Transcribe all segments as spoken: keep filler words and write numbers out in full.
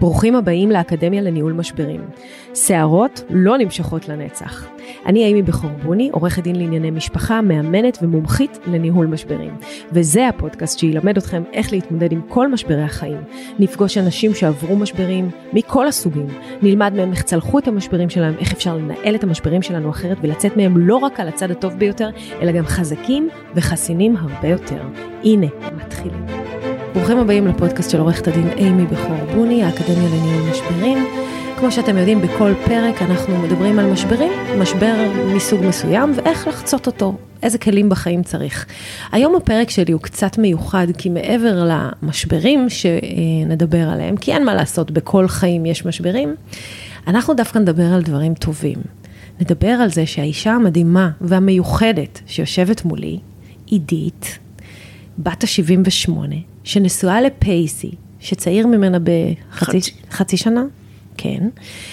ברוכים הבאים לאקדמיה לניהול משברים. שערות לא נמשכות לנצח. אני אימי בחורבוני, עורכת דין לענייני משפחה, מאמנת ומומחית לניהול משברים. וזה הפודקאסט שילמד אתכם איך להתמודד עם כל משברי החיים. נפגוש אנשים שעברו משברים מכל הסוגים. נלמד מהם איך צלחו את המשברים שלהם, איך אפשר לנהל את המשברים שלנו אחרת ולצאת מהם לא רק על הצד הטוב ביותר, אלא גם חזקים וחסינים הרבה יותר. הנה, מתחילים. ברוכים הבאים לפודקאסט של עורכת הדין אימי בחורבוני, האקדמיה לניהול משברים. כמו שאתם יודעים, בכל פרק אנחנו מדברים על משברים, משבר מסוג מסוים, ואיך לחצות אותו, איזה כלים בחיים צריך. היום הפרק שלי הוא קצת מיוחד, כי מעבר למשברים שנדבר עליהם, כי אין מה לעשות, בכל חיים יש משברים, אנחנו דווקא נדבר על דברים טובים. נדבר על זה שהאישה המדהימה והמיוחדת שיושבת מולי, עידית, בת ה-שבעים ושמונה, שנשואה לפייסי, שצעיר ממנה בחצי חצי. חצי שנה, כן.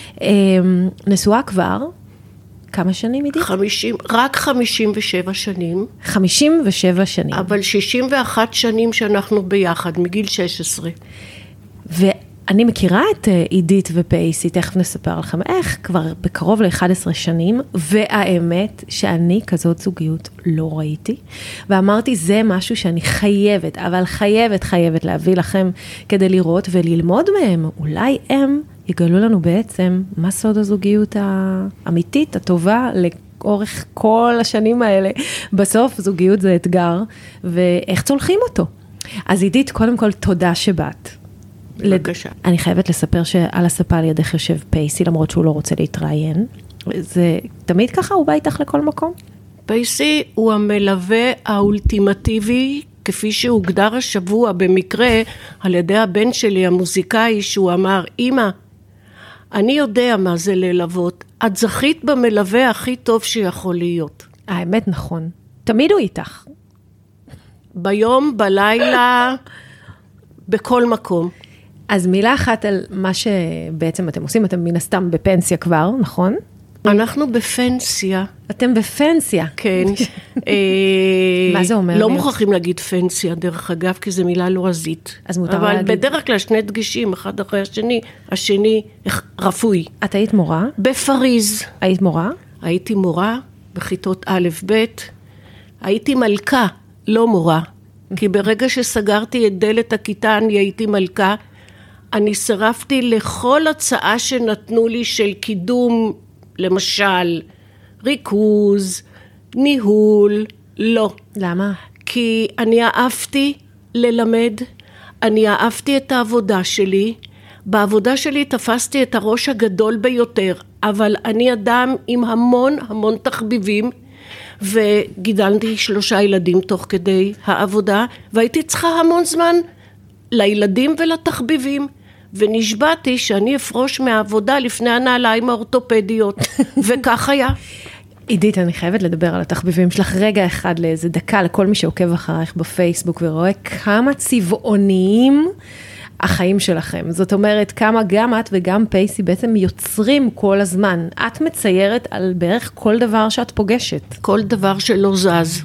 נשואה כבר, כמה שנים עידית? חמישים, רק חמישים ושבע שנים. חמישים ושבע שנים. אבל שישים ואחת שנים שאנחנו ביחד, מגיל שש עשרה. ואני מכירה את עידית ופייסי, תכף נספר לכם איך, כבר בקרוב ל-אחת עשרה שנים, והאמת שאני כזאת זוגיות לא ראיתי, ואמרתי זה משהו שאני חייבת, אבל חייבת, חייבת להביא לכם כדי לראות וללמוד מהם, אולי הם יגלו לנו בעצם מה סוד הזוגיות האמיתית, הטובה, לאורך כל השנים האלה. בסוף זוגיות זה אתגר, ואיך צולחים אותו. אז עידית, קודם כל תודה שבאת. בבקשה. אני חייבת לספר שעל הספה על ידך יושב פייסי, למרות שהוא לא רוצה להתראיין. זה תמיד ככה, הוא בא איתך לכל מקום? פייסי הוא המלווה האולטימטיבי, כפי שהוגדר השבוע במקרה על ידי הבן שלי המוזיקאי, שהוא אמר, אמא, אני יודע מה זה ללוות, את זכית במלווה הכי טוב שיכול להיות. האמת נכון, תמיד הוא איתך. ביום, בלילה, בכל מקום. אז מילה אחת על מה שבעצם אתם עושים, אתם מן הסתם בפנסיה כבר, נכון? אנחנו בפנסיה. אתם בפנסיה. כן. מה זה אומר? לא מוכרחים להגיד פנסיה, דרך אגב, כי זו מילה לועזית. אז מותר להגיד. אבל בדרך כלל שני דגשים, אחד אחרי השני, השני רפוי. את היית מורה? בפריז. היית מורה? הייתי מורה בכיתות א' ב'. הייתי מלכה, לא מורה. כי ברגע שסגרתי את דלת הכיתה, אני הייתי מלכה. אני שרפתי לכל הצעה שנתנו לי של קידום, למשל, ריכוז, ניהול, לא. למה? כי אני אהבתי ללמד, אני אהבתי את העבודה שלי, בעבודה שלי תפסתי את הראש הגדול ביותר, אבל אני אדם עם המון המון תחביבים, וגידלתי שלושה ילדים תוך כדי העבודה, והייתי צריכה המון זמן לילדים ולתחביבים, ונשבעתי שאני אפרוש מהעבודה לפני הנעליים האורתופדיות, וכך היה. עידית, אני חייבת לדבר על התחביבים שלך רגע אחד לאיזה דקה, לכל מי שעוקב אחרייך בפייסבוק, ורואה כמה צבעוניים החיים שלכם. זאת אומרת, כמה גם את וגם פייסי בעצם יוצרים כל הזמן. את מציירת על בערך כל דבר שאת פוגשת. כל דבר שלא זז.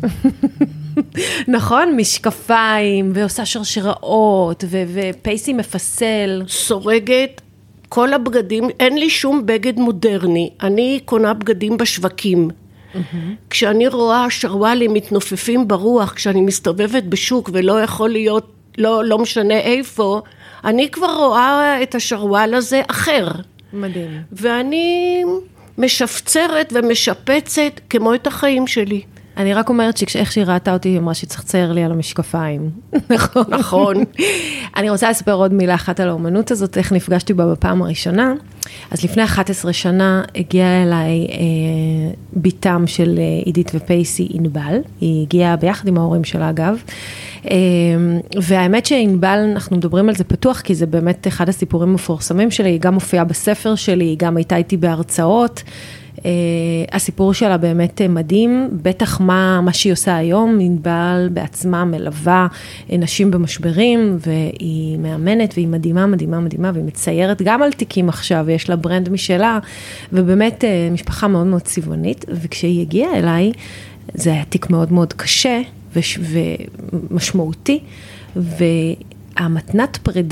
נכון, משקפיים, ועושה שרשראות, ו- ופייסי מפסל. סורגת, כל הבגדים, אין לי שום בגד מודרני. אני קונה בגדים בשווקים. Mm-hmm. כשאני רואה שרוואלים מתנופפים ברוח, כשאני מסתובבת בשוק ולא יכול להיות, לא, לא משנה איפה, אני כבר רואה את השרוואל הזה אחר. מדהים. ואני משפצרת ומשפצת כמו את החיים שלי. אני רק אומרת שאיך שהיא ראתה אותי, היא אמרה שצריך לצייר לי על המשקפיים. נכון. נכון. אני רוצה לספר עוד מילה אחת על האומנות הזאת, איך נפגשתי בה בפעם הראשונה. אז לפני אחת עשרה שנה הגיעה אליי אה, ביתם של אה, עידית ופייסי ענבל. היא הגיעה ביחד עם ההורים שלה אגב. אה, והאמת שענבל, אנחנו מדברים על זה פתוח, כי זה באמת אחד הסיפורים המפורסמים שלי. היא גם מופיעה בספר שלי, היא גם הייתה איתי בהרצאות. Uh, הסיפור שלה באמת מדהים, בטח מה, מה שהיא עושה היום, ענבל בעצמה מלווה נשים במשברים, והיא מאמנת, והיא מדהימה, מדהימה, מדהימה, והיא מציירת גם על תיקים עכשיו, ויש לה ברנד משלה, ובאמת uh, משפחה מאוד מאוד צבעונית, וכשהיא הגיעה אליי, זה היה תיק מאוד מאוד קשה, וש, ומשמעותי, והמתנת פרידה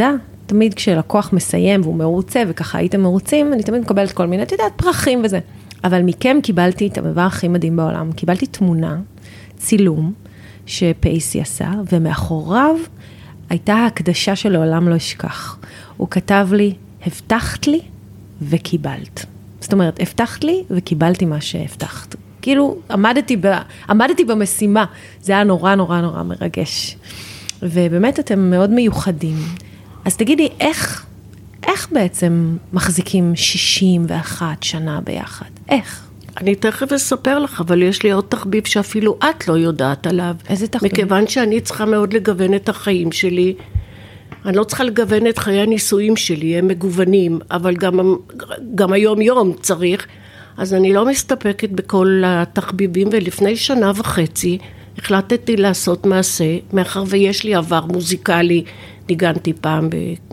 תמיד כשלקוח מסיים והוא מרוצה, וככה הייתם מרוצים, אני תמיד מקבלת כל מיני, את יודעת, פרחים וזה. אבל מכם קיבלתי את הדבר הכי מדהים בעולם. קיבלתי תמונה, צילום, שפייסי עשה, ומאחוריו הייתה ההקדשה שלעולם לא אשכח. הוא כתב לי, הבטחת לי וקיבלת. זאת אומרת, הבטחת לי וקיבלתי מה שהבטחת. כאילו, עמדתי, ב, עמדתי במשימה. זה היה נורא נורא נורא מרגש. ובאמת אתם מאוד מיוחדים. אז תגידי, איך, איך בעצם מחזיקים שישים ואחת שנה ביחד? איך? אני תכף אספר לך, אבל יש לי עוד תחביב שאפילו את לא יודעת עליו. איזה תחביב? מכיוון שאני צריכה מאוד לגוון את החיים שלי. אני לא צריכה לגוון את חיי הנישואים שלי, הם מגוונים, אבל גם, גם היום יום צריך. אז אני לא מסתפקת בכל התחביבים, ולפני שנה וחצי החלטתי לעשות מעשה, מאחר ויש לי עבר מוזיקלי, ניגנתי פעם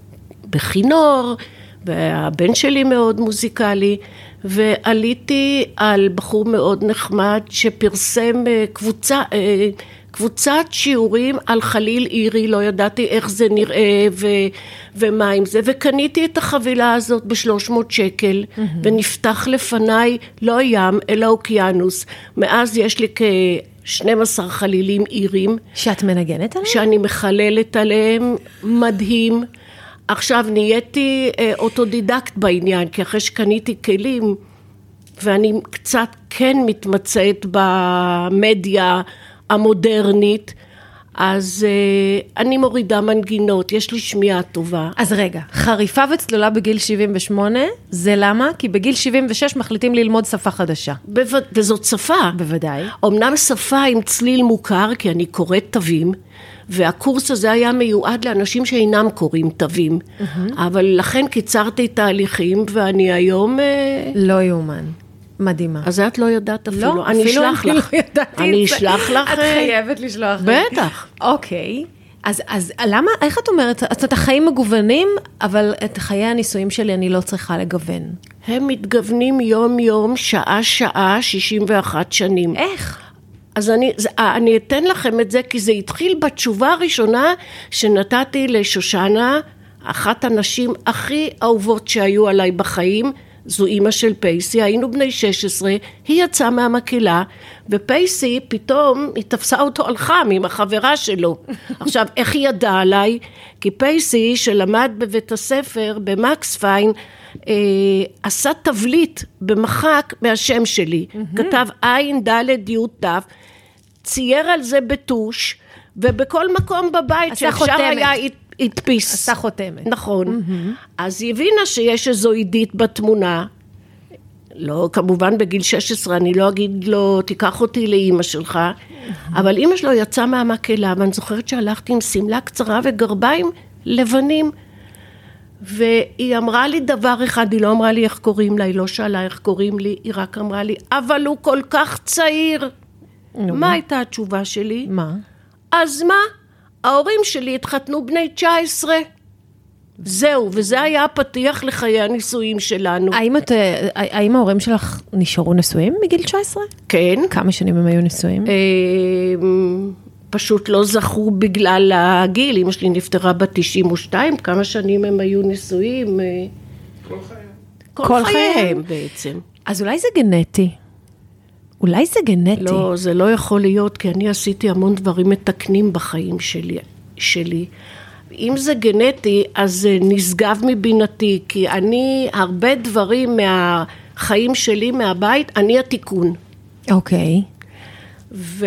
בכינור, והבן שלי מאוד מוזיקלי, ועליתי על בחור מאוד נחמד שפרסם קבוצה, קבוצת שיעורים על חליל עירי, לא ידעתי איך זה נראה ו, ומה עם זה, וקניתי את החבילה הזאת בשלוש מאות שקל, mm-hmm. ונפתח לפניי לא ים אלא אוקיינוס. מאז יש לי כ-שנים עשר חלילים עירים. שאת מנגנת עליהם? שאני מחללת עליהם, מדהים. עכשיו נהייתי אה, אוטודידקט בעניין, כי אחרי שקניתי כלים, ואני קצת כן מתמצאת במדיה המודרנית, אז אה, אני מורידה מנגינות, יש לי שמיעה טובה. אז רגע, חריפה וצלולה בגיל שבעים ושמונה, זה למה? כי בגיל שבעים ושש מחליטים ללמוד שפה חדשה. בו... וזאת שפה. בוודאי. אמנם שפה עם צליל מוכר, כי אני קוראת תווים, והקורס הזה היה מיועד לאנשים שאינם קוראים תווים, mm-hmm. אבל לכן קיצרתי תהליכים, ואני היום... לא יאומן. מדהימה. אז את לא יודעת אפילו. לא, אני אפילו אשלח אני לך. לא ידעתי אני את זה. אשלח לך. את חייבת לשלוח לי. בטח. אוקיי. אז, אז למה, איך את אומרת? אז את החיים מגוונים, אבל את חיי הנישואים שלי אני לא צריכה לגוון. הם מתגוונים יום יום, שעה שעה, שישים ואחת שנים. איך? אז אני, אני אתן לכם את זה, כי זה התחיל בתשובה הראשונה שנתתי לשושנה, אחת הנשים הכי אהובות שהיו עליי בחיים, זו אימא של פייסי, היינו בני שש עשרה, היא יצאה מהמקהלה, ופייסי פתאום היא תפסה אותו על חם עם החברה שלו. עכשיו, איך היא ידעה עליי? כי פייסי שלמד בבית הספר, במקס פיין, אה, עשה תבליט במחק מהשם שלי, כתב עין ד' י' ת', צייר על זה בטוש, ובכל מקום בבית שאפשר היה הדפיס. עשה חותמת. נכון. אז היא הבינה שיש איזו עידית בתמונה, לא, כמובן בגיל שש עשרה, אני לא אגיד לו, תיקח אותי לאמא שלך, אבל אמא שלו יצאה מהמקהלה, ואני זוכרת שהלכתי עם סמלה קצרה וגרביים לבנים, והיא אמרה לי דבר אחד, היא לא אמרה לי איך קוראים לה, היא לא שאלה איך קוראים לי, היא רק אמרה לי, אבל הוא כל כך צעיר. מה הייתה התשובה שלי? מה? אז מה? ההורים שלי התחתנו בני תשע עשרה. זהו, וזה היה הפתיח לחיי הנישואים שלנו. האם, את, האם ההורים שלך נשארו נשואים מגיל תשע עשרה? כן. כמה שנים הם היו נשואים? פשוט לא זכו בגלל הגיל. אמא שלי נפטרה בת תשעים ושתיים, כמה שנים הם היו נשואים? כל חיים. כל, כל חייהם חיים בעצם. אז אולי זה גנטי. אולי זה גנטי. לא, זה לא יכול להיות, כי אני עשיתי המון דברים מתקנים בחיים שלי. שלי. אם זה גנטי, אז זה נשגב מבינתי, כי אני, הרבה דברים מהחיים שלי, מהבית, אני התיקון. אוקיי. ו...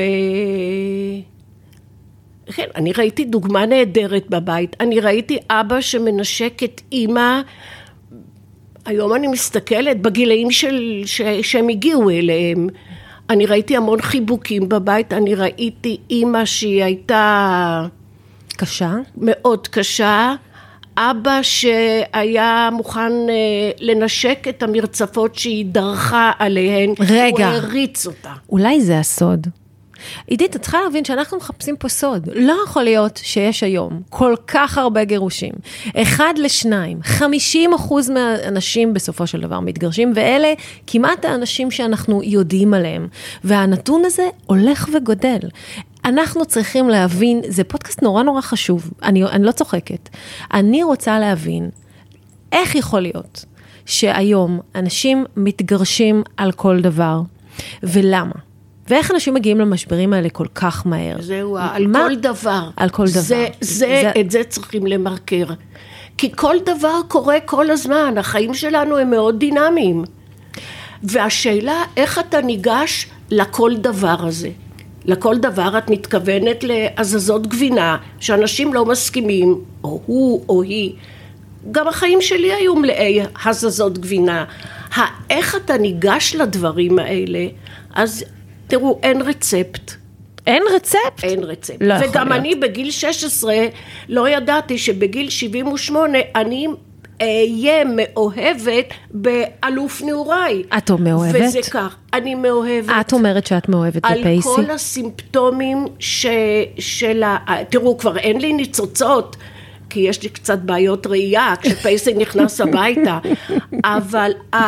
כן, אני ראיתי דוגמה נהדרת בבית. אני ראיתי אבא שמנשק את אמא, היום אני מסתכלת בגילאים של, ש... שהם הגיעו אליהם. אני ראיתי המון חיבוקים בבית, אני ראיתי אמא שהיא הייתה... קשה? מאוד קשה. אבא שהיה מוכן לנשק את המרצפות שהיא דרכה עליהן. רגע. הוא הריץ אותה. אולי זה הסוד. עידית, את צריכה להבין שאנחנו מחפשים פה סוד. לא יכול להיות שיש היום כל כך הרבה גירושים. אחד לשניים, חמישים אחוז מהאנשים בסופו של דבר מתגרשים, ואלה כמעט האנשים שאנחנו יודעים עליהם. והנתון הזה הולך וגודל. אנחנו צריכים להבין, זה פודקאסט נורא נורא חשוב, אני, אני לא צוחקת. אני רוצה להבין איך יכול להיות שהיום אנשים מתגרשים על כל דבר, ולמה? ואיך אנשים מגיעים למשברים האלה כל כך מהר? זהו, על מה? כל דבר. על כל דבר. זה, זה, זה... את זה צריכים למרקר. כי כל דבר קורה כל הזמן, החיים שלנו הם מאוד דינמיים. והשאלה, איך אתה ניגש לכל דבר הזה? לכל דבר את מתכוונת להזזות גבינה, שאנשים לא מסכימים, או הוא או היא. גם החיים שלי היו מלאי הזזות גבינה. איך אתה ניגש לדברים האלה? אז תראו, אין רצפט. אין רצפט? אין רצפט. לא וגם אני בגיל שש עשרה לא ידעתי שבגיל שבעים ושמונה אני אהיה מאוהבת באלוף נעוריי. את מאוהבת? וזה כך, אני מאוהבת. את אומרת שאת מאוהבת בפייסי? על כל הסימפטומים ש... של ה... תראו, כבר אין לי ניצוצות, כי יש לי קצת בעיות ראייה, כשפייסי נכנס הביתה, אבל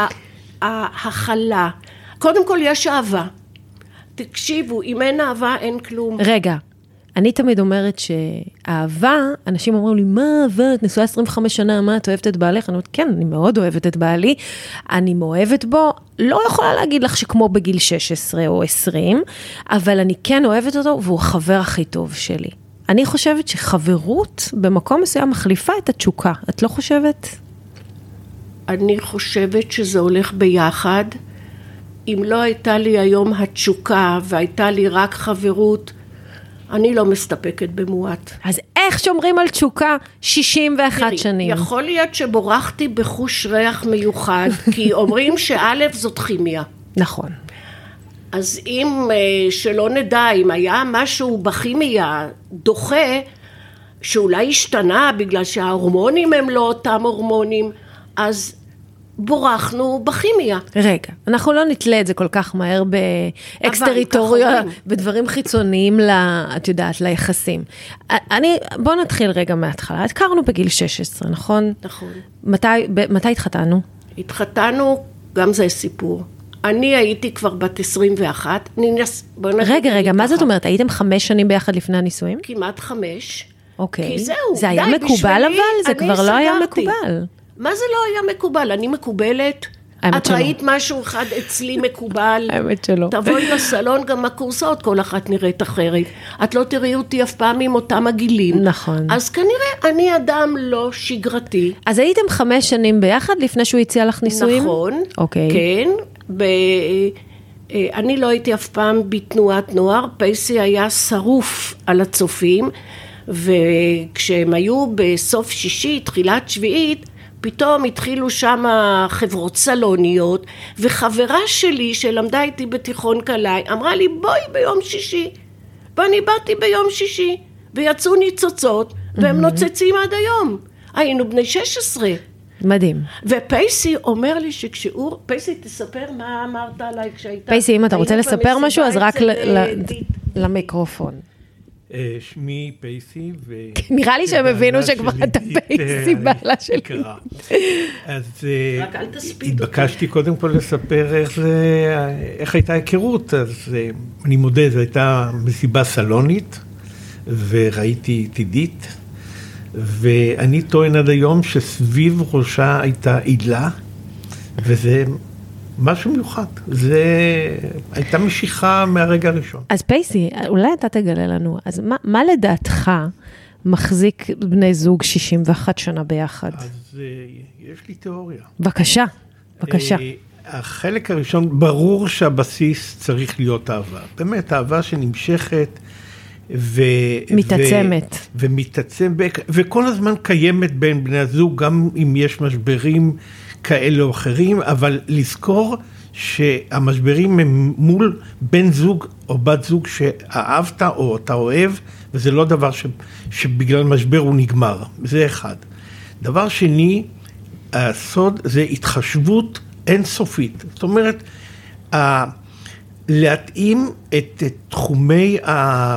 ההכלה, קודם כל יש אהבה. תקשיבו, אם אין אהבה, אין כלום. רגע, אני תמיד אומרת שאהבה, אנשים אומרים לי, מה אהבה? את נשואה עשרים וחמש שנה, מה את אוהבת את בעלך? אני אומרת, כן, אני מאוד אוהבת את בעלי, אני מאוהבת בו, לא יכולה להגיד לך שכמו בגיל שש עשרה או עשרים, אבל אני כן אוהבת אותו, והוא החבר הכי טוב שלי. אני חושבת שחברות במקום מסוים מחליפה את התשוקה. את לא חושבת? אני חושבת שזה הולך ביחד. אם לא הייתה לי היום התשוקה והייתה לי רק חברות, אני לא מסתפקת במועט. אז איך שומרים על תשוקה שישים ואחת שנים? יכול להיות שבורחתי בחוש ריח מיוחד, כי אומרים שא' זאת כימיה. נכון. אז אם, שלא נדע, אם היה משהו בכימיה דוחה, שאולי השתנה בגלל שההורמונים הם לא אותם הורמונים, אז בורחנו בכימיה. רגע, אנחנו לא נתלה את זה כל כך מהר באקסטריטוריה, בדברים חיצוניים, את יודעת, ליחסים. אני, בוא נתחיל רגע מההתחלה. התקרנו בגיל שש עשרה, נכון? נכון. מתי, מתי התחתנו? התחתנו, גם זה סיפור. אני הייתי כבר בת עשרים ואחת. רגע, רגע, מה זאת אומרת? הייתם חמש שנים ביחד לפני הנישואים? כמעט חמש. אוקיי. כי זהו, זה היה מקובל אבל? זה כבר לא היה מקובל. מה זה לא היה מקובל? אני מקובלת. את ראית משהו אחד אצלי מקובל. האמת שלא. תבואי לסלון, גם הקורסאות, כל אחת נראית אחרת. את לא תראי אותי אף פעם עם אותם הגילים. נכון. אז כנראה אני אדם לא שגרתי. אז הייתם חמש שנים ביחד לפני שהוא הציע לך נישואים? נכון. אוקיי. כן. ב... אני לא הייתי אף פעם בתנועת נוער. פייסי היה שרוף על הצופים, וכשהם היו בסוף שישי, תחילת שביעית, פתאום התחילו שם חברות סלוניות, וחברה שלי שלמדה איתי בתיכון קלעי, אמרה לי, בואי ביום שישי. ואני באתי ביום שישי, ויצאו ניצוצות, והם נוצצים עד היום. היינו בני שש עשרה. מדהים. ופייסי אומר לי שכשהוא, פייסי תספר מה אמרת עליי כשהייתה... פייסי, אם אתה רוצה לספר משהו, אז רק למיקרופון. שמי פייסי, נראה לי שהם הבינו שכבר אתה פייסי, בעלה שלי. אז התבקשתי קודם כל לספר איך הייתה היכרות, אז אני מודה, זו הייתה מסיבה סלונית, וראיתי את עידית, ואני טוען עד היום שסביב ראשה הייתה עילה, וזה משהו מיוחד, זה הייתה משיכה מהרגע הראשון. אז פייסי, אולי אתה תגלה לנו, אז מה, מה לדעתך מחזיק בני זוג שישים ואחת שנה ביחד? אז יש לי תיאוריה. בבקשה, בבקשה. החלק הראשון, ברור שהבסיס צריך להיות אהבה. באמת, אהבה שנמשכת, ו... מתעצמת. ו... ומתעצמת, וכל הזמן קיימת בין בני הזוג, גם אם יש משברים כאלה או אחרים, אבל לזכור שהמשברים הם מול בן זוג או בת זוג שאהבת או אתה אוהב, וזה לא דבר ש... שבגלל משבר הוא נגמר. זה אחד. דבר שני, הסוד זה התחשבות אינסופית. זאת אומרת, ה... להתאים את, את תחומי ה...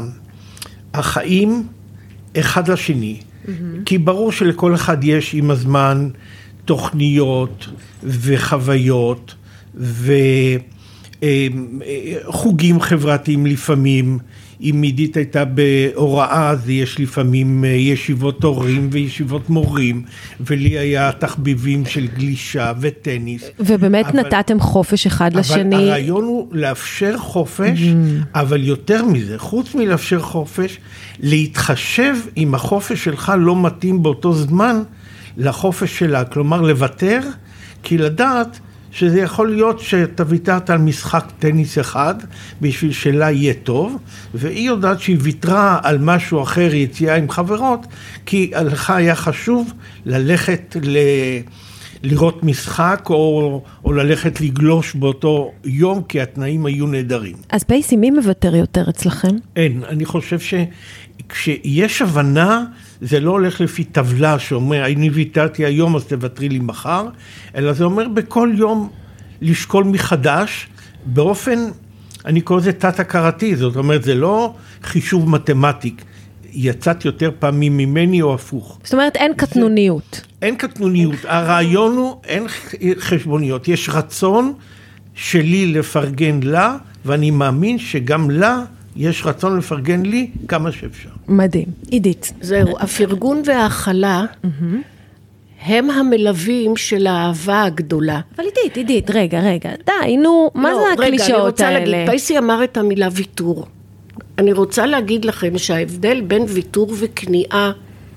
החיים אחד לשני. Mm-hmm. כי ברור שלכל אחד יש עם הזמן תוכניות וחוויות, ו... חוגים חברתיים לפעמים, אם עידית הייתה בהוראה, אז יש לפעמים ישיבות הורים וישיבות מורים, ולי היה תחביבים של גלישה וטניס. ובאמת אבל, נתתם חופש אחד אבל לשני. אבל הרעיון הוא לאפשר חופש, mm. אבל יותר מזה, חוץ מלאפשר חופש, להתחשב אם החופש שלך לא מתאים באותו זמן לחופש שלה, כלומר לוותר, כי לדעת שזה יכול להיות שאתה ויתרת על משחק טניס אחד, בשביל שלה יהיה טוב, והיא יודעת שהיא ויתרה על משהו אחר, יציאה עם חברות, כי לך היה חשוב ללכת ל... לראות משחק, או, או ללכת לגלוש באותו יום, כי התנאים היו נהדרים. אז פייסי, מי מוותר יותר אצלכם? אין, אני חושב שכשיש הבנה, זה לא הולך לפי טבלה שאומר, אני ויתרתי היום, אז תוותרי לי מחר, אלא זה אומר בכל יום לשקול מחדש, באופן, אני קורא לזה תת-הכרתי, זאת אומרת, זה לא חישוב מתמטי, יצאת יותר פעמים ממני או הפוך. זאת אומרת, אין קטנוניות. אין קטנוניות, הרעיון הוא, אין חשבוניות, יש רצון שלי לפרגן לה, ואני מאמין שגם לה יש רצון לפרגן לי כמה שאפשר. מדהים. עידית. זהו, הפרגון והאכלה הם המלווים של האהבה הגדולה. אבל עידית, עידית, רגע, רגע, די, נו, מה זה הקלישאות האלה? להגיד, פייסי אמר את המילה ויתור. אני רוצה להגיד לכם שההבדל בין ויתור וכניעה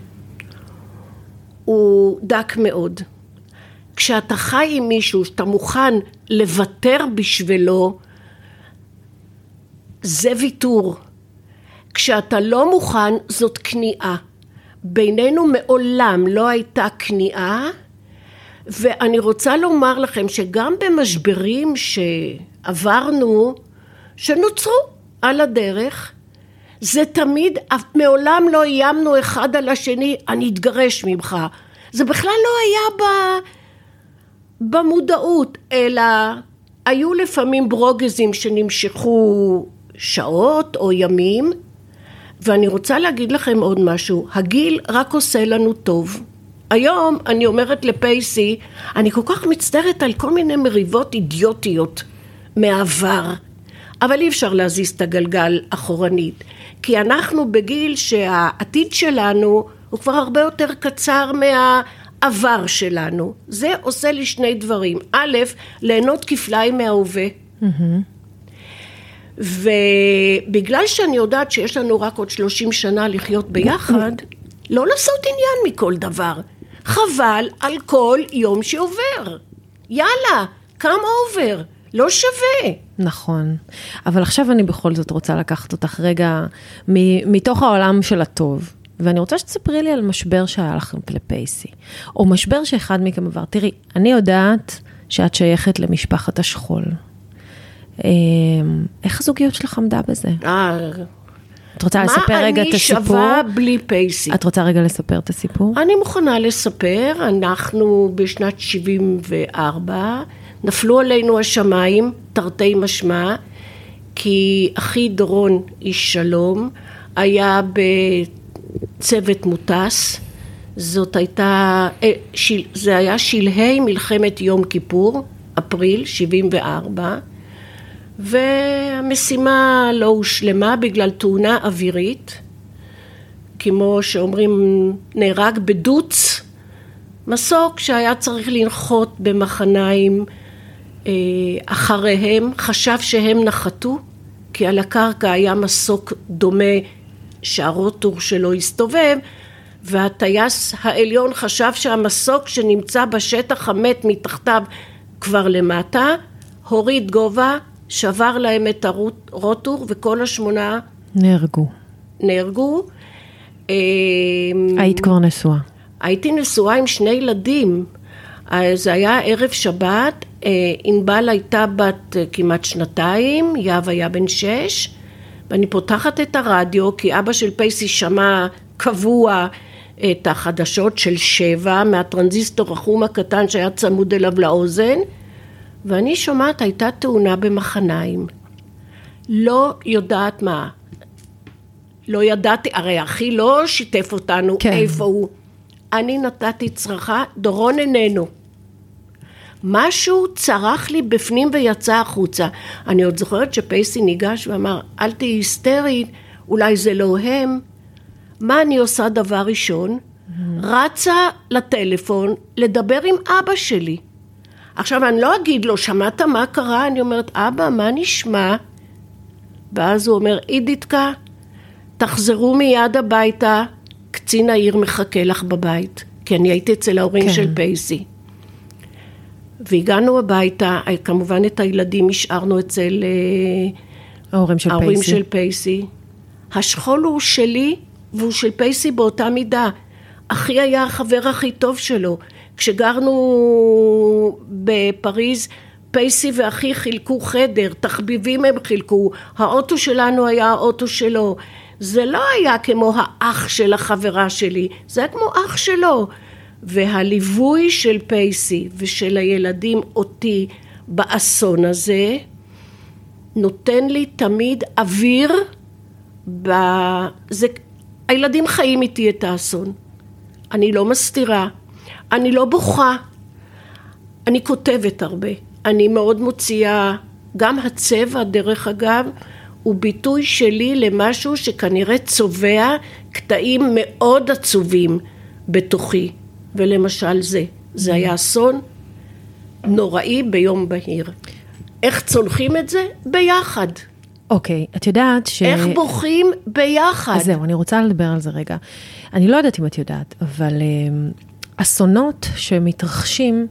הוא דק מאוד. כשאתה חי עם מישהו, שאתה מוכן לוותר בשבילו, זה ויתור. כשאתה לא מוכן, זאת כניעה. בינינו מעולם לא הייתה כניעה, ואני רוצה לומר לכם שגם במשברים שעברנו, שנוצרו על הדרך, זה תמיד, מעולם לא איימנו אחד על השני, אני אתגרש ממך. זה בכלל לא היה ב, במודעות, אלא היו לפעמים ברוגזים שנמשכו שעות או ימים, ואני רוצה להגיד לכם עוד משהו, הגיל רק עושה לנו טוב. היום אני אומרת לפייסי, אני כל כך מצטערת על כל מיני מריבות אידיוטיות מהעבר, אבל אי אפשר להזיז את הגלגל אחורנית, כי אנחנו בגיל שהעתיד שלנו הוא כבר הרבה יותר קצר מהעבר שלנו. זה עושה לי שני דברים. א', ליהנות כפליים מההווה. ובגלל שאני יודעת שיש לנו רק עוד שלושים שנה לחיות ביחד, לא לעשות עניין מכל דבר. חבל על כל יום שעובר. יאללה, כמה עובר? לא שווה. נכון. אבל עכשיו אני בכל זאת רוצה לקחת אותך רגע מתוך העולם של הטוב. ואני רוצה שתספרי לי על משבר שהיה לכם לפייסי. או משבר שאחד מכם עבר. תראי, אני יודעת שאת שייכת למשפחת השכול. איך הזוגיות שלך עמדה בזה? את רוצה לספר רגע את הסיפור? מה אני שווה בלי פייסי? את רוצה רגע לספר את הסיפור? אני מוכנה לספר. אנחנו בשנת שבעים וארבע, נפלו עלינו השמיים, תרתי משמע, כי אחי דורון איש שלום היה בצוות מוטס. זאת הייתה, זה היה שלהי מלחמת יום כיפור, אפריל שבעים וארבע, והמשימה לא הושלמה בגלל תאונה אווירית, כמו שאומרים נהרג בדוץ, מסוק שהיה צריך לנחות במחניים אחריהם, חשב שהם נחתו, כי על הקרקע היה מסוק דומה שהרוטור שלו הסתובב, והטייס העליון חשב שהמסוק שנמצא בשטח המת מתחתיו כבר למטה, הוריד גובה, שבר להם את הרוטור, וכל השמונה נהרגו. נהרגו. היית כבר נשואה. הייתי נשואה עם שני ילדים. זה היה ערב שבת, ענבל הייתה בת כמעט שנתיים, יאב היה בן שש, ואני פותחת את הרדיו, כי אבא של פייסי שמע קבוע את החדשות של שבע, מהטרנזיסטור החום הקטן שהיה צמוד אליו לאוזן, ואני שומעת, הייתה תאונה במחניים. לא יודעת מה. לא ידעתי, הרי אחי לא שיתף אותנו, כן. איפה הוא. אני נתתי צרחה, דורון איננו. משהו צרח לי בפנים ויצא החוצה. אני עוד זוכרת שפייסי ניגש ואמר, אל תהי היסטרית, אולי זה לא הם. מה אני עושה דבר ראשון? רצה לטלפון לדבר עם אבא שלי. עכשיו אני לא אגיד לו, שמעת מה קרה? אני אומרת, אבא, מה נשמע? ואז הוא אומר, אידיתקה, תחזרו מיד הביתה, קצין העיר מחכה לך בבית. כי אני הייתי אצל ההורים כן. של פייסי. והגענו הביתה, כמובן את הילדים השארנו אצל ההורים של ההורים פייסי. של פייסי. השכול הוא שלי והוא של פייסי באותה מידה. אחי היה החבר הכי טוב שלו. כשגרנו בפריז, פייסי ואחי חילקו חדר, תחביבים הם חילקו, האוטו שלנו היה האוטו שלו. זה לא היה כמו האח של החברה שלי, זה היה כמו אח שלו. והליווי של פייסי ושל הילדים אותי באסון הזה, נותן לי תמיד אוויר, ב... זה... הילדים חיים איתי את האסון. אני לא מסתירה, אני לא בוכה, אני כותבת הרבה, אני מאוד מוציאה, גם הצבע דרך אגב, הוא ביטוי שלי למשהו שכנראה צובע קטעים מאוד עצובים בתוכי, ולמשל זה, זה היה אסון נוראי ביום בהיר. איך צולחים את זה? ביחד. אוקיי, את יודעת ש... איך בוכים ביחד? אז זהו, אני רוצה לדבר על זה רגע. אני לא יודעת אם את יודעת, אבל אסונות שמתרחשים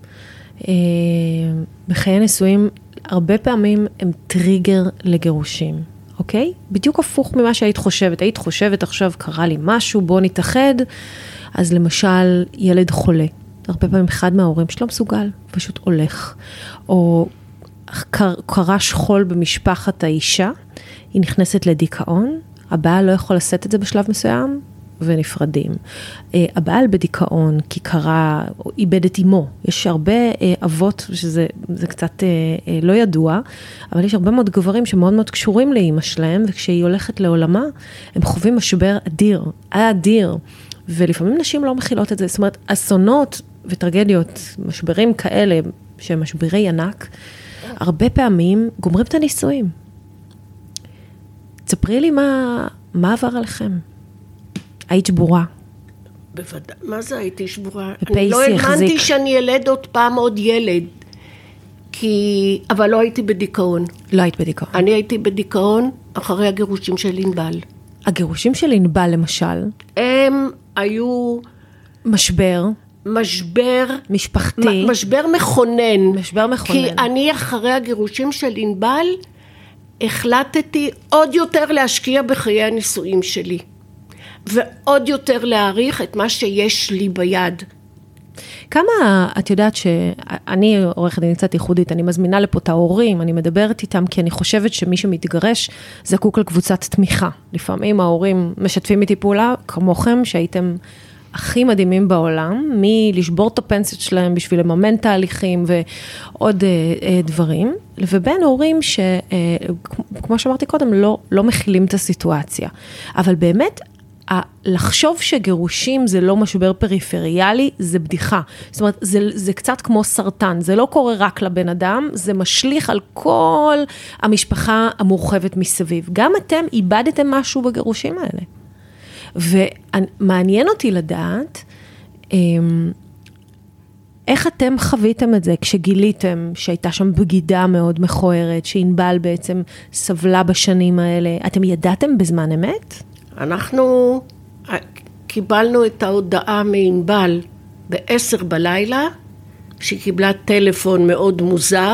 בחיי נישואים, הרבה פעמים הם טריגר לגירושים, אוקיי? בדיוק הפוך ממה שהיית חושבת. היית חושבת עכשיו קרה לי משהו, בוא נתאחד, אז למשל ילד חולה. הרבה פעמים אחד מההורים שלא מסוגל, פשוט הולך. או קרה שכול במשפחת האישה, היא נכנסת לדיכאון, הבעל לא יכול לשאת את זה בשלב מסוים, ונפרדים. הבעל בדיכאון, כי קרה, איבד את אמו. יש הרבה אבות, שזה זה קצת לא ידוע, אבל יש הרבה מאוד גברים שמאוד מאוד קשורים לאמא שלהם, וכשהיא הולכת לעולמה, הם חווים משבר אדיר, אדיר. ולפעמים נשים לא מכילות את זה. זאת אומרת, אסונות וטרגדיות, משברים כאלה, שהם משברי ענק, הרבה פעמים גומרים את הנישואים. תספרי לי מה, מה עבר עליכם. היית שבורה. בוודאי, מה זה הייתי שבורה? אני לא האמנתי שאני ילד עוד פעם עוד ילד, כי... אבל לא הייתי בדיכאון. לא היית בדיכאון. אני הייתי בדיכאון אחרי הגירושים של ענבל. הגירושים של ענבל למשל? הם היו... משבר. משבר... משפחתי. משבר מכונן. משבר מכונן. כי אני אחרי הגירושים של ענבל, החלטתי עוד יותר להשקיע בחיי הנישואים שלי. ועוד יותר להעריך את מה שיש לי ביד. כמה את יודעת שאני עורכת דין קצת ייחודית, אני מזמינה לפה את ההורים, אני מדברת איתם, כי אני חושבת שמי שמתגרש זקוק על קבוצת תמיכה. לפעמים ההורים משתפים איתי פעולה, כמוכם שהייתם הכי מדהימים בעולם, מלשבור את הפנסיות שלהם בשביל לממן תהליכים ועוד אה, דברים, ובין הורים שכמו שאמרתי קודם, לא, לא מכילים את הסיטואציה. אבל באמת, לחשוב שגירושים זה לא משבר פריפריאלי, זה בדיחה. זאת אומרת, זה, זה קצת כמו סרטן, זה לא קורה רק לבן אדם, זה משליך על כל המשפחה המורחבת מסביב. גם אתם איבדתם משהו בגירושים האלה. ומעניין אותי לדעת, איך אתם חוויתם את זה כשגיליתם שהייתה שם בגידה מאוד מכוערת, שענבל בעצם סבלה בשנים האלה, אתם ידעתם בזמן אמת? אנחנו קיבלנו את ההודעה מענבל בעשר בלילה, שהיא קיבלה טלפון מאוד מוזר,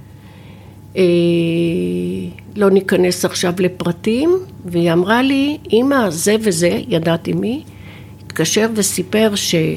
לא ניכנס עכשיו לפרטים, והיא אמרה לי, אמא, זה וזה, ידעתי מי, התקשר וסיפר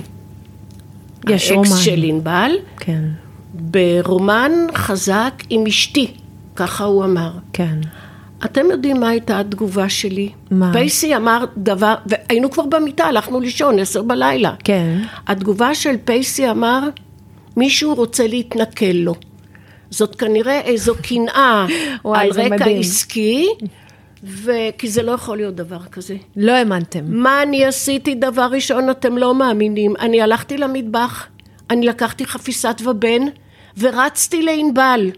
שהאקס של ענבל, כן. ברומן חזק עם אשתי, ככה הוא אמר. כן. אתם יודעים מה הייתה התגובה שלי? מה? פייסי אמר דבר, והיינו כבר במיטה, הלכנו לישון, עשר בלילה. כן. התגובה של פייסי אמר, מישהו רוצה להתנכל לו. זאת כנראה איזו קנאה על רקע מדהים. עסקי, וכי זה לא יכול להיות דבר כזה. לא האמנתם. מה אני עשיתי דבר ראשון, אתם לא מאמינים. אני הלכתי למטבח, אני לקחתי חפיסת ובן, ורצתי לענבל.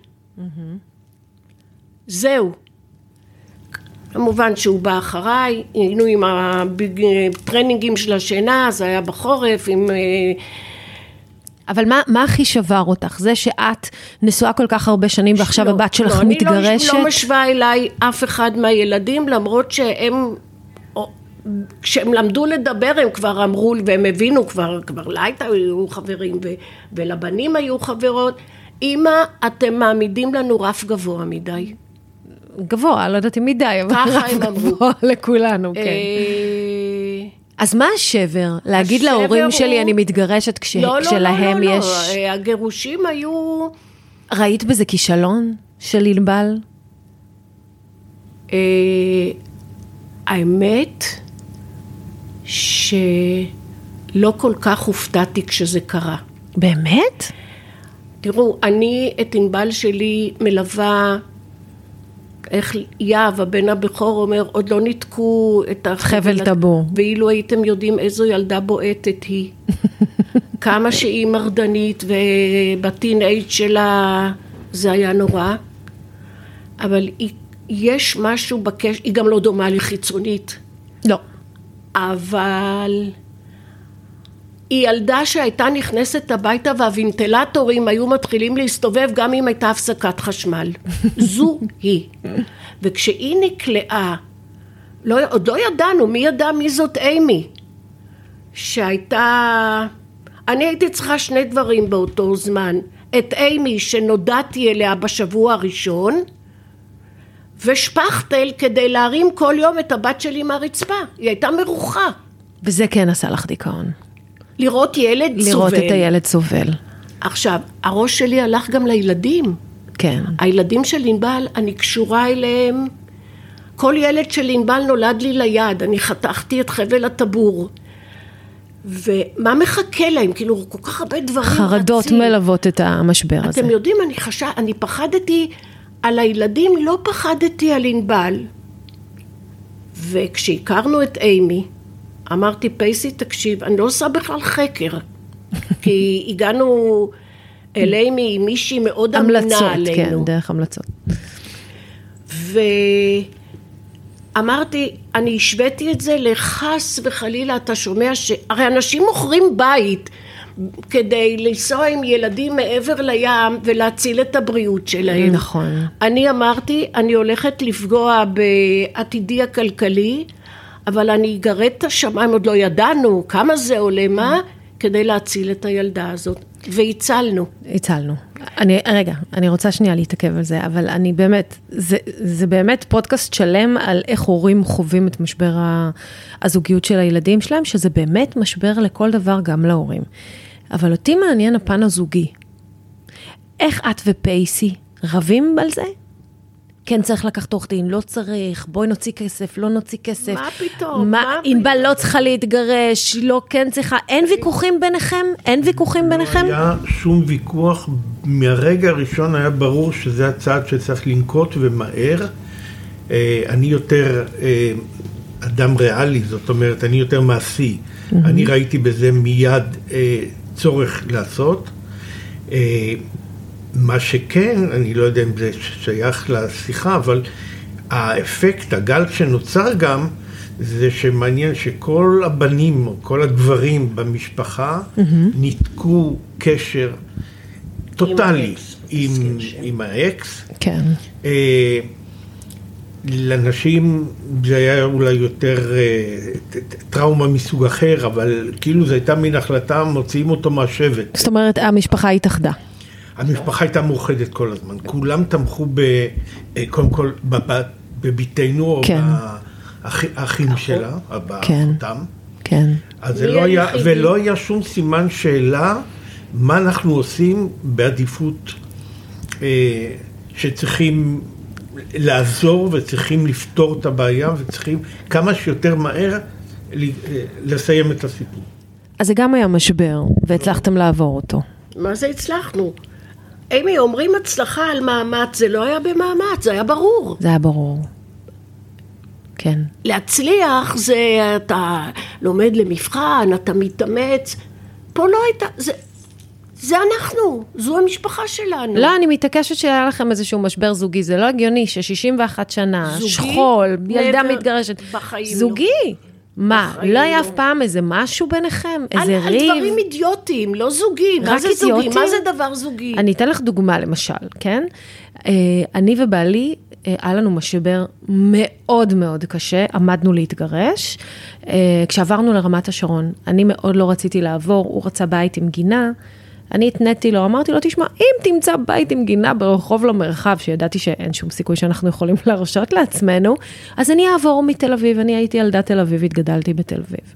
זהו. כמובן שהוא בא אחריי, היינו עם הטרנינגים של השינה, זה היה בחורף, עם... אבל מה, מה הכי שבר אותך? זה שאת נשואה כל כך הרבה שנים, ועכשיו לא, הבת שלך לא, מתגרשת? אני לא, לא משווה אליי אף אחד מהילדים, למרות שהם, כשהם למדו לדבר, הם כבר אמרו, והם הבינו, כבר, כבר לייטה היו חברים, ו, ולבנים היו חברות. אמא, אתם מעמידים לנו רף גבוה מדי. גבוה, לא יודעת אם מדי, אבל רף גבוה לכולנו, כן. אז מה השבר? להגיד להורים שלי, אני מתגרשת כשלהם יש... לא, לא, לא, הגירושים היו... ראית בזה כישלון של ענבל? האמת שלא כל כך הופתעתי כשזה קרה. באמת? תראו, אני את ענבל שלי מלווה... איך יאב, הבן הבכור, אומר, עוד לא ניתקו את חבל טבור. ואילו הייתם יודעים איזו ילדה בועטת היא. כמה שהיא מרדנית, ובטין-אייג' שלה זה היה נורא. אבל היא, יש משהו בקש... היא גם לא דומה לי חיצונית. לא. אבל... היא ילדה שהייתה נכנסת הביתה והוונטילטורים היו מתחילים להסתובב גם אם הייתה הפסקת חשמל. זו היא. וכשהיא נקלעה, לא, עוד לא ידענו, מי ידע מי זאת אימי? שהייתה... אני הייתי צריכה שני דברים באותו זמן. את אימי שנודעתי אליה בשבוע הראשון, ושפכטל כדי להרים כל יום את הבת שלי מהרצפה. היא הייתה מרוחה. וזה כן עשה לך דיכאון. לראות ילד לראות סובל. לראות את הילד סובל. עכשיו, הראש שלי הלך גם לילדים. כן. הילדים של ענבל, אני קשורה אליהם. כל ילד של ענבל נולד לי ליד. אני חתכתי את חבל הטבור. ומה מחכה להם? כאילו, כל כך הרבה דברים רצים. חרדות מלוות את המשבר הזה. אתם יודעים, אני חשב, אני פחדתי על הילדים, לא פחדתי על ענבל. וכשהכרנו את אימי, אמרתי, פייסי, תקשיב, אני לא עושה בכלל חקר, כי הגענו אליי ממישהי מאוד אמינה עלינו. המלצות, כן, דרך המלצות. ואמרתי, אני השוויתי את זה לחס וחלילה, אתה שומע ש... הרי אנשים מוכרים בית כדי לנסוע עם ילדים מעבר לים ולהציל את הבריאות שלהם. נכון. אני אמרתי, אני הולכת לפגוע בעתידי הכלכלי, אבל אני אגרד את השמיים, עוד לא ידענו כמה זה עולה, מה, כדי להציל את הילדה הזאת. והצלנו. הצלנו. אני, רגע, אני רוצה שנייה להתעכב על זה, אבל אני באמת, זה, זה באמת פודקאסט שלם על איך הורים חווים את משבר הזוגיות של הילדים שלהם, שזה באמת משבר לכל דבר, גם להורים. אבל אותי מעניין הפן הזוגי. איך את ופייסי רבים על זה? כן צריך לקחת עורך דין, לא צריך, בואי נוציא כסף, לא נוציא כסף. מה פתאום? מה, ענבל לא צריכה להתגרש, לא כן צריכה, אין ויכוחים ביניכם? אין ויכוחים ביניכם? לא היה שום ויכוח, מהרגע הראשון היה ברור שזה הצעד שצריך לנקוט ומהר. אני יותר אדם ריאלי, זאת אומרת, אני יותר מעשי. אני ראיתי בזה מיד צורך לעשות. מה שכן, אני לא יודע אם זה שייך לשיחה, אבל האפקט, הגל שנוצר גם, זה שמעניין שכל הבנים או כל הגברים במשפחה mm-hmm. ניתקו קשר טוטלי עם, עם, עם האקס. כן. אה, לנשים זה היה אולי יותר אה, טראומה מסוג אחר, אבל כאילו זו הייתה מין החלטה, מוציאים אותו מהשבט. זאת אומרת, המשפחה התאחדה. המשפחה הייתה מאוחדת כל הזמן, כולם תמכו ב, קודם כל בביתנו או כן. באחים שלה, כן. באחותם. כן. אז זה לא היה, ולא היה שום סימן שאלה מה אנחנו עושים בעדיפות אה, שצריכים לעזור וצריכים לפתור את הבעיה וצריכים כמה שיותר מהר לסיים את הסיפור. אז זה גם היה משבר והצלחתם לעבור אותו. מה זה הצלחנו? אימי, אומרים הצלחה על מאמץ, זה לא היה במאמץ, זה היה ברור. זה היה ברור. כן. להצליח זה, אתה לומד למבחן, אתה מתאמץ. פה לא הייתה, זה, זה זה אנחנו, זו המשפחה שלנו. לא, אני מתעקשת שהיה לכם איזשהו משבר זוגי, זה לא הגיוני ש-שישים ואחת שנה, זוגי? שכול, ילדה מתגרשת. בחיים זוגי. לא. מה, בחיים לא היה לא. אף פעם איזה משהו ביניכם? איזה על, ריב? על דברים אידיוטיים, לא זוגי. מה זה זוגי? מה זה דבר זוגי? אני אתן לך דוגמה למשל, כן? אני ובעלי, היה לנו משבר מאוד מאוד קשה, עמדנו להתגרש, כשעברנו לרמת השרון, אני מאוד לא רציתי לעבור, הוא רצה בית עם גינה, אני התניתי לו, אמרתי לו, תשמע, אם תמצא בית עם גינה ברחוב למרחב, שידעתי שאין שום סיכוי שאנחנו יכולים להרשות לעצמנו, אז אני אעבור מתל אביב, אני הייתי ילדה תל אביב, התגדלתי בתל אביב.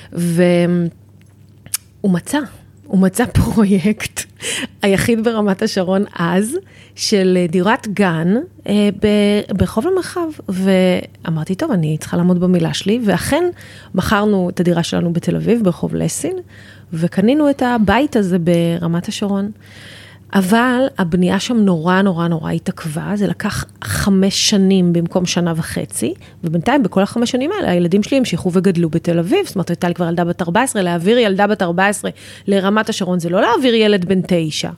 והוא מצא, הוא מצא פרויקט, היחיד ברמת השרון אז, של דירת גן ברחוב למרחב, ואמרתי, טוב, אני צריכה לעמוד במילה שלי, ואכן מכרנו את הדירה שלנו בתל אביב, ברחוב לסין, וקנינו את הבית הזה ברמת השרון. אבל הבנייה שם נורא נורא נורא התעכבה, זה לקח חמש שנים במקום שנה וחצי, ובינתיים בכל החמש שנים האלה, הילדים שלי המשיכו וגדלו בתל אביב, זאת אומרת, הייתה לי כבר ילדה בת ארבע עשרה, להעביר ילדה בת ארבע עשרה לרמת השרון, זה לא להעביר ילד בן תשע.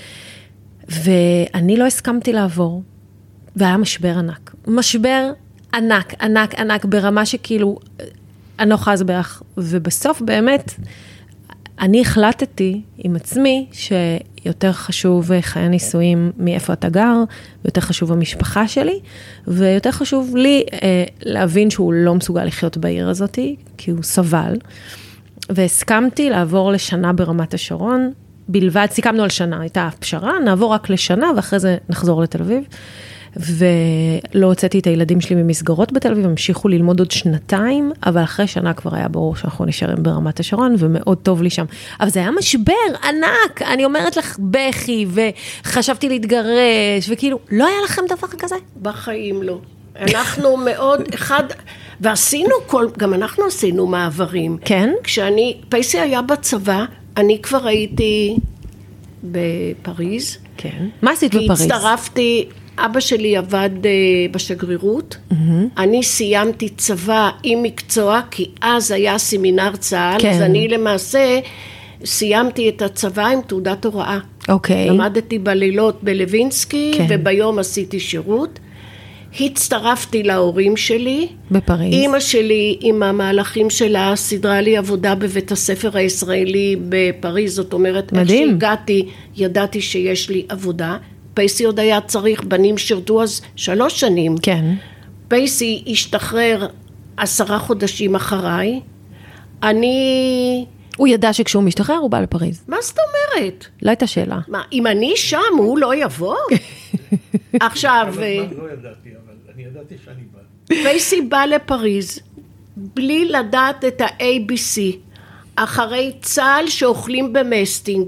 ואני לא הסכמתי לעבור, והיה משבר ענק. משבר ענק, ענק, ענק, ברמה שכאילו, אני לא חז בערך, ובסוף באמת, אני החלטתי עם עצמי שיותר חשוב חיי נישואים מאיפה אתה גר, ויותר חשוב המשפחה שלי, ויותר חשוב לי אה, להבין שהוא לא מסוגל לחיות בעיר הזאת, כי הוא סבל, והסכמתי לעבור לשנה ברמת השרון, בלבד, סיכמנו על שנה, הייתה פשרה, נעבור רק לשנה, ואחרי זה נחזור לתל אביב, ולא הוצאתי את הילדים שלי ממסגרות בתל אביב, המשיכו ללמוד עוד שנתיים, אבל אחרי שנה כבר היה ברור שאנחנו נשארים ברמת השרון, ומאוד טוב לי שם. אבל זה היה משבר ענק, אני אומרת לך בכי, וחשבתי להתגרש, וכאילו, לא היה לכם דבר כזה? בחיים לא. אנחנו מאוד, אחד, ועשינו כל, גם אנחנו עשינו מעברים. כן? כשאני, פייסי היה בצבא, אני כבר הייתי בפריז. כן. מה עשית בפריז? כי הצטרפתי, אבא שלי עבד בשגרירות, mm-hmm. אני סיימתי צבא עם מקצוע, כי אז היה סמינר צה"ל, כן. אז אני למעשה סיימתי את הצבא עם תעודת הוראה. אוקיי. למדתי בלילות בלווינסקי, כן. וביום עשיתי שירות. הצטרפתי להורים שלי. בפריז. אמא שלי עם המהלכים שלה סדרה לי עבודה בבית הספר הישראלי בפריז, זאת אומרת, מדהים. איך שהגעתי, ידעתי שיש לי עבודה. פייסי עוד היה צריך, בנים שירתו אז שלוש שנים. כן. פייסי השתחרר עשרה חודשים אחריי. אני... הוא ידע שכשהוא משתחרר הוא בא לפריז. מה זאת אומרת? לא הייתה שאלה. מה, אם אני שם הוא לא יבוא? עכשיו... לא ידעתי, אבל אני ידעתי שאני בא. פייסי בא לפריז, בלי לדעת את ה-A B C, אחרי צה"ל שאוכלים במסטינג.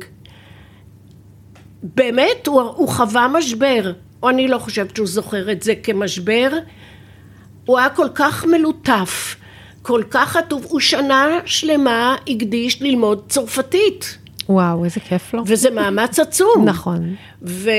באמת, הוא, הוא חווה משבר, או אני לא חושבת שהוא זוכר את זה כמשבר, הוא היה כל כך מלוטף, כל כך עטוב, הוא שנה שלמה הקדיש ללמוד צרפתית. וואו, איזה כיף לו. וזה מאמץ עצום. נכון. ו...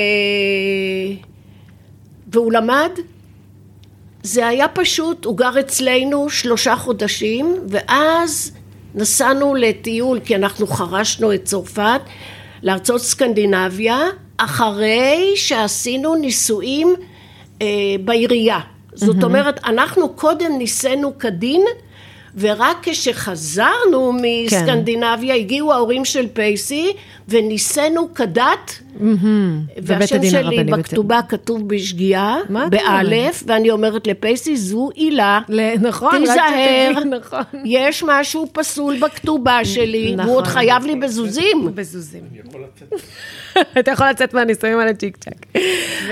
והוא למד, זה היה פשוט, הוא גר אצלנו שלושה חודשים, ואז נסענו לטיול, כי אנחנו חרשנו את צרפת, לארצות סקנדינביה, אחרי שעשינו ניסויים אה, בעירייה. זאת אומרת, אנחנו קודם ניסינו כדין, ורק כשחזרנו מסקנדינביה, כן. הגיעו ההורים של פייסי, וניסינו כדת, והשם שלי בכתובה כתוב בשגיאה, באלף, ואני אומרת לפייסי, זו עילה, נכון, תיזהר, נכון. יש משהו פסול בכתובה שלי, נכון. והוא עוד חייב לי בזוזים. בזוזים. אני יכול לצאת. אתה יכול לצאת מהניסויים על הצ'יק צ'ק. ו...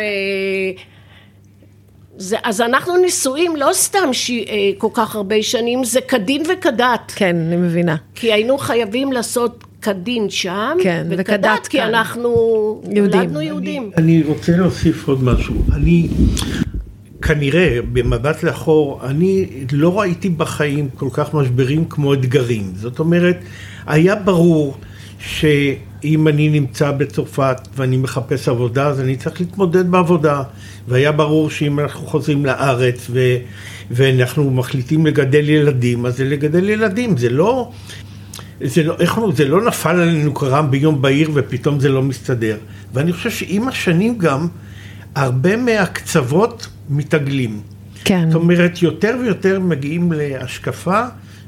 זה, אז אנחנו נישואים לא סתם ש, אה, כל כך הרבה שנים, זה כדין וכדת. כן, אני מבינה. כי היינו חייבים לעשות כדין שם, כן, וכדת, וכדת כי כאן. אנחנו יהודים. נולדנו יהודים. אני, אני רוצה להוסיף עוד משהו. אני כנראה במבט לאחור, אני לא ראיתי בחיים כל כך משברים כמו אתגרים. זאת אומרת, היה ברור שאם אני נמצא בצרפת ואני מחפש עבודה, אז אני צריך להתמודד בעבודה. והיה ברור שאם אנחנו חוזרים לארץ ו, ואנחנו מחליטים לגדל ילדים, אז זה לגדל ילדים. זה לא... זה לא, איך אומרים, זה לא נפל עלינו קרם ביום בהיר ופתאום זה לא מסתדר. ואני חושב שעם השנים גם, הרבה מהקצוות מתעגלים. כן. זאת אומרת, יותר ויותר מגיעים להשקפה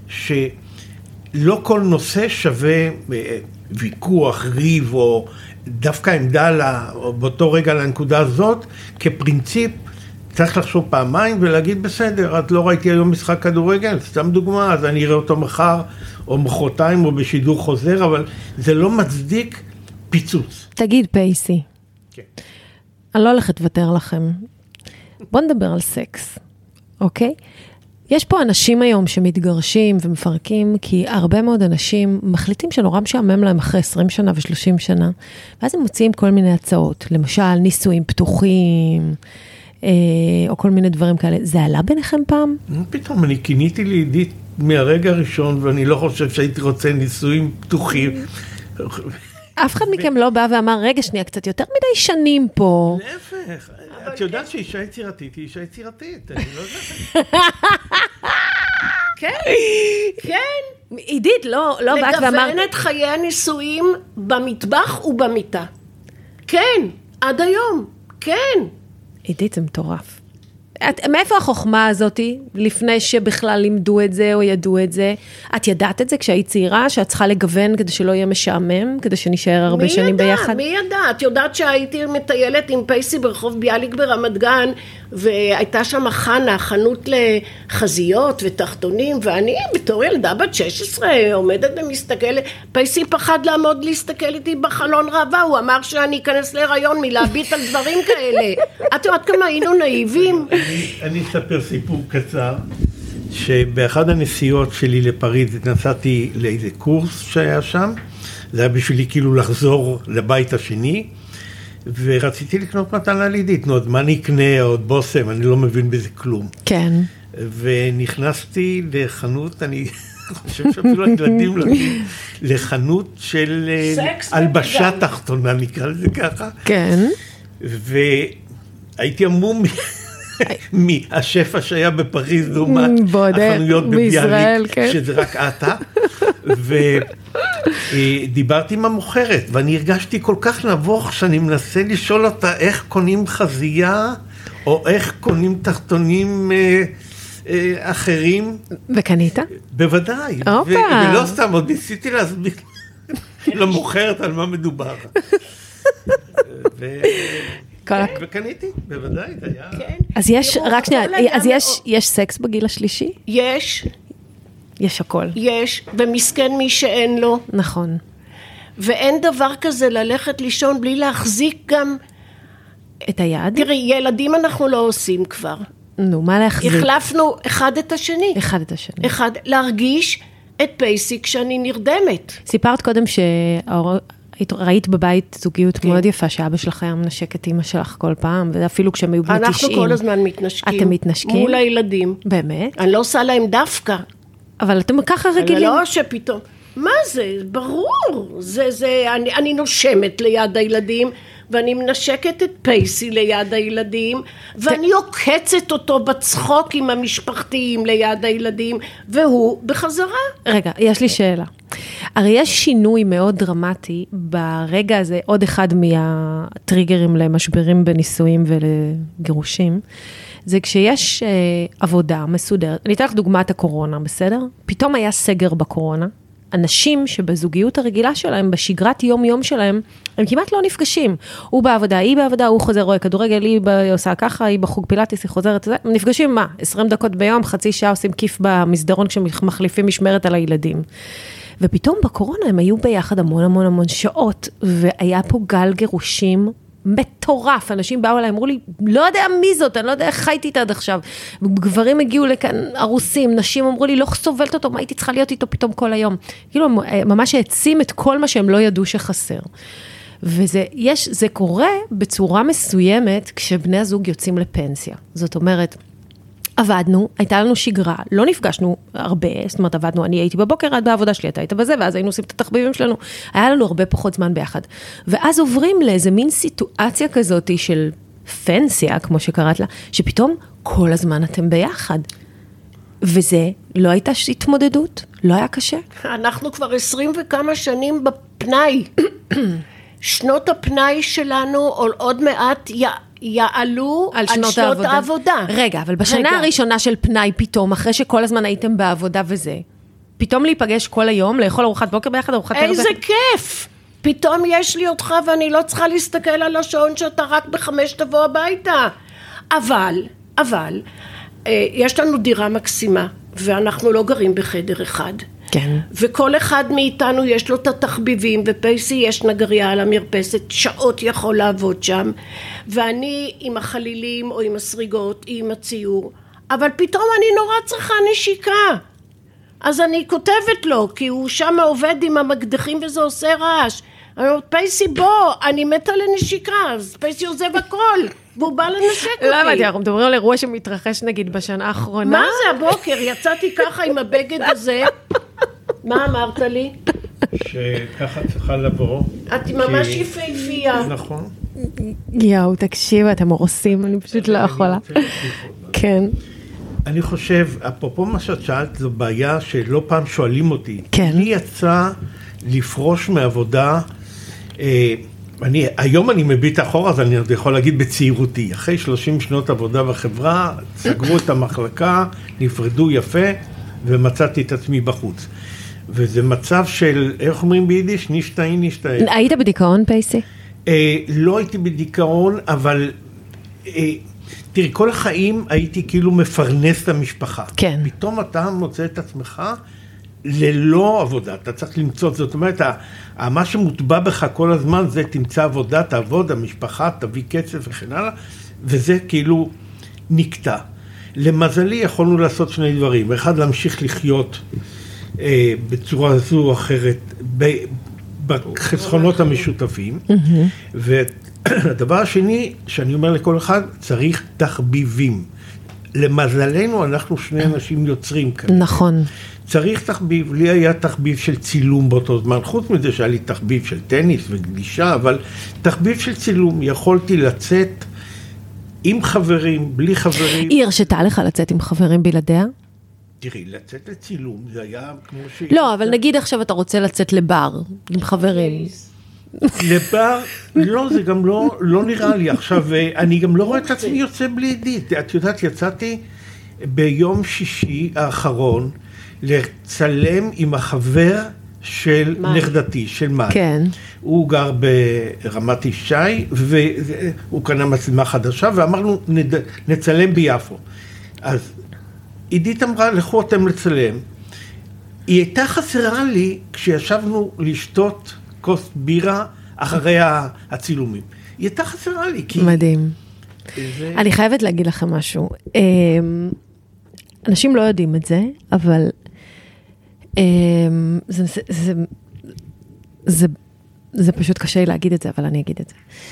שלא כל נושא שווה ויכוח, ריב או דווקא עמדה לה, או באותו רגע לנקודה הזאת, כפרינציפ צריך לחשוב פעמיים ולהגיד בסדר, את לא ראיתי היום משחק כדורגל, סתם דוגמה, אז אני אראה אותו מחר או מחרתיים או בשידור חוזר, אבל זה לא מצדיק פיצוץ. תגיד פייסי. כן. אני לא הולכת לוותר לכם. בוא נדבר על סקס, אוקיי? יש פה אנשים היום שמתגרשים ומפרקים, כי הרבה מאוד אנשים מחליטים שנורא משעמם להם אחרי עשרים שנה ו-שלושים שנה, ואז הם מוציאים כל מיני הצעות, למשל נישואים פתוחים, או כל מיני דברים כאלה. זה עלה ביניכם פעם? פתאום, אני כיניתי לידית מהרגע הראשון, ואני לא חושב שהייתי רוצה נישואים פתוחים. אף אחד מכם לא בא ואמר, רגע שנייה, קצת יותר מדי שנים פה. להפך, את יודעת שאישה יצירתית היא אישה יצירתית, אני לא יודעת. כן, כן. עידית, לא באת ואמרת... לגוון את חיי הנישואים במטבח ובמיטה. כן, עד היום, כן. עידית, זה מטורף. את, מאיפה החוכמה הזאת, לפני שבכלל לימדו את זה או ידעו את זה? את ידעת את זה כשהיית צעירה, שאת צריכה לגוון כדי שלא יהיה משעמם, כדי שנשאר הרבה שנים ידע, ביחד? מי ידע? את יודעת שהייתי מטיילת עם פייסי ברחוב ביאליק ברמת גן, והייתה שם חנה, חנות לחזיות ותחתונים, ואני בתור ילדה בת שש עשרה עומדת ומסתכלת, פייסי פחד לעמוד להסתכל איתי בחלון ראווה, הוא אמר שאני אכנס להיריון מלהביט על דברים כאלה. את יודעת כמה היינו נאיבים? אני אספר סיפור קצר, שבאחד הנסיעות שלי לפריז נסעתי לאיזה קורס שהיה שם, זה היה בשבילי כאילו לחזור לבית השני, ורציתי לקנות מתנה לידית, נו, אז מה אני אקנה, עוד בוסם, אני לא מבין בזה כלום. כן. ונכנסתי לחנות, אני חושב שאפילו הילדים לבים, לחנות של הלבשה תחתונה, נקרא לזה ככה. כן. והייתי אמור מהשפע שהיה בפריז, לעומת החנויות בביאליק, שזה רק אתה, ודיברתי עם המוכרת, ואני הרגשתי כל כך נבוך, שאני מנסה לשאול אותה איך קונים חזייה, או איך קונים תחתונים אחרים. וקנית? בוודאי, ולא סתם, עוד ניסיתי להסביר למוכרת על מה מדובר. וקניתי, בוודאי, זה היה... אז יש, רק שנייה, אז יש סקס בגיל השלישי? יש. יש הכל. יש, ומסכן מי שאין לו. נכון. ואין דבר כזה ללכת לישון בלי להחזיק גם... את היד? תראי, ילדים אנחנו לא עושים כבר. נו, מה להחזיק? החלפנו אחד את השני. אחד את השני. אחד, להרגיש את פייסי כשאני נרדמת. סיפרת קודם שראית בבית זוגיות מאוד יפה, שאבא שלך היה מנשק את אמא שלך כל פעם, ואפילו כשהם היו בני תשעים. אנחנו כל הזמן מתנשקים. אתם מתנשקים? מול הילדים. באמת? אני לא עושה להם דווקא. אבל אתם ככה רגילים. אבל לא שפתאום, מה זה? ברור. זה, זה, אני, אני נושמת ליד הילדים, ואני מנשקת את פייסי ליד הילדים, ואני עוקצת אותו בצחוק עם המשפחתיים ליד הילדים, והוא בחזרה. רגע, יש לי שאלה. הרי יש שינוי מאוד דרמטי ברגע הזה, עוד אחד מהטריגרים למשברים בנישואים ולגירושים, זה כשיש אה, עבודה מסודרת. אני אתן לך דוגמת הקורונה, בסדר? פתאום היה סגר בקורונה. אנשים שבזוגיות הרגילה שלהם, בשגרת יום-יום שלהם, הם כמעט לא נפגשים. הוא בעבודה, היא בעבודה, הוא חוזר, רואה כדורגל, היא עושה ככה, היא בחוג פילאטיס, היא חוזרת, הם נפגשים מה? עשרים דקות ביום, חצי שעה עושים כיף במסדרון כשמחליפים משמרת על הילדים. ופתאום בקורונה הם היו ביחד המון המון המון שעות, והיה פה גל גירושים מטורף. אנשים באו אליי, אמרו לי, לא יודע מי זאת, אני לא יודע איך חייתי איתה עד עכשיו. גברים הגיעו לכאן, ארוסים, נשים אמרו לי, לא סובלת אותו, מה הייתי צריכה להיות איתו פתאום כל היום. כאילו, ממש העצים את כל מה שהם לא ידעו שחסר. וזה, יש, זה קורה בצורה מסוימת, כשבני הזוג יוצאים לפנסיה. זאת אומרת, עבדנו, הייתה לנו שגרה, לא נפגשנו הרבה, זאת אומרת, עבדנו, אני הייתי בבוקר עד בעבודה שלי, אתה היית בזה, ואז היינו עושים את התחביבים שלנו, היה לנו הרבה פחות זמן ביחד. ואז עוברים לאיזה מין סיטואציה כזאת של פנסיה, כמו שקראת לה, שפתאום כל הזמן אתם ביחד. וזה לא הייתה התמודדות? לא היה קשה? אנחנו כבר עשרים וכמה שנים בפנאי. שנות הפנאי שלנו עוד מעט י... יעלו על שנות, על שנות העבודה. העבודה. רגע, אבל בשנה רגע. הראשונה של פנאי פתאום, אחרי שכל הזמן הייתם בעבודה וזה, פתאום להיפגש כל היום, לאכול ארוחת בוקר ביחד, ארוחת ערב ביחד. איזה כיף! פתאום יש לי אותך ואני לא צריכה להסתכל על השעון שאתה רק בחמש תבוא הביתה. אבל, אבל, יש לנו דירה מקסימה, ואנחנו לא גרים בחדר אחד. כן. וכל אחד מאיתנו יש לו את התחביבים, ופייסי יש נגריה על המרפסת, שעות יכול לעבוד שם, ואני עם החלילים או עם הסריגות, עם הציור, אבל פתאום אני נורא צריכה נשיקה. אז אני כותבת לו, כי הוא שם עובד עם המקדחים וזה עושה רעש. אני אומרת, פייסי בוא, אני מתה לנשיקה, אז פייסי עוזב הכל, והוא בא לנשק אותי. לא הבנתי, אנחנו מדברים על אירוע שמתרחש נגיד בשנה האחרונה. מה זה הבוקר? יצאתי ככה עם הבגד הזה. מה אמרת לי? שככה צריכה לבוא. את ממש יפהפייה. נכון. יאו, תקשיב, אתם הורסים, אני פשוט לא יכולה. כן. אני חושב, אפרופו מה שאת שאלת, זו בעיה שלא פעם שואלים אותי. כן. לי יצא לפרוש מעבודה, אה, אני, היום אני מביט אחורה, אז אני עוד יכול להגיד בצעירותי. אחרי שלושים שנות עבודה בחברה, סגרו את המחלקה, נפרדו יפה, ומצאתי את עצמי בחוץ. וזה מצב של, איך אומרים ביידיש? נשתאי, נשתאי. היית בדיכאון, פייסי? אה, לא הייתי בדיכאון, אבל... אה, תראי, כל החיים הייתי כאילו מפרנס את המשפחה. כן. פתאום אתה מוצא את עצמך ללא עבודה. אתה צריך למצוא, זאת אומרת, מה שמוטבע בך כל הזמן זה תמצא עבודה, תעבוד, המשפחה, תביא קצב וכן הלאה, וזה כאילו נקטע. למזלי יכולנו לעשות שני דברים. אחד, להמשיך לחיות אה, בצורה זו או אחרת, ב, בחסכונות המשותפים, ו... הדבר השני, שאני אומר לכל אחד, צריך תחביבים. למזלנו, אנחנו שני אנשים יוצרים כאן. נכון. צריך תחביב, לי היה תחביב של צילום באותו זמן, חוץ מזה שהיה לי תחביב של טניס וגלישה, אבל תחביב של צילום, יכולתי לצאת עם חברים, בלי חברים. היא הרשתה לך לצאת עם חברים בלעדיה? תראי, לצאת לצילום, זה היה כמו ש... לא, אבל נגיד עכשיו אתה רוצה לצאת לבר, עם חברים. לבר, לא, זה גם לא, לא נראה לי. עכשיו, אני גם לא רואה את עצמי יוצא בלי עדית. את יודעת, יצאתי ביום שישי האחרון לצלם עם החבר של נכדתי, של מאי. כן. הוא גר ברמת ישי, והוא קנה מצלמה חדשה, ואמרנו, נצלם ביפו. אז עדית אמרה, לכו אתם לצלם. היא הייתה חסרה לי כשישבנו לשתות כוס בירה אחרי הצילומים. היא הייתה חסרה לי. כי... מדהים. זה... אני חייבת להגיד לכם משהו. אנשים לא יודעים את זה, אבל זה, זה, זה, זה, זה פשוט קשה להגיד את זה, אבל אני אגיד את זה.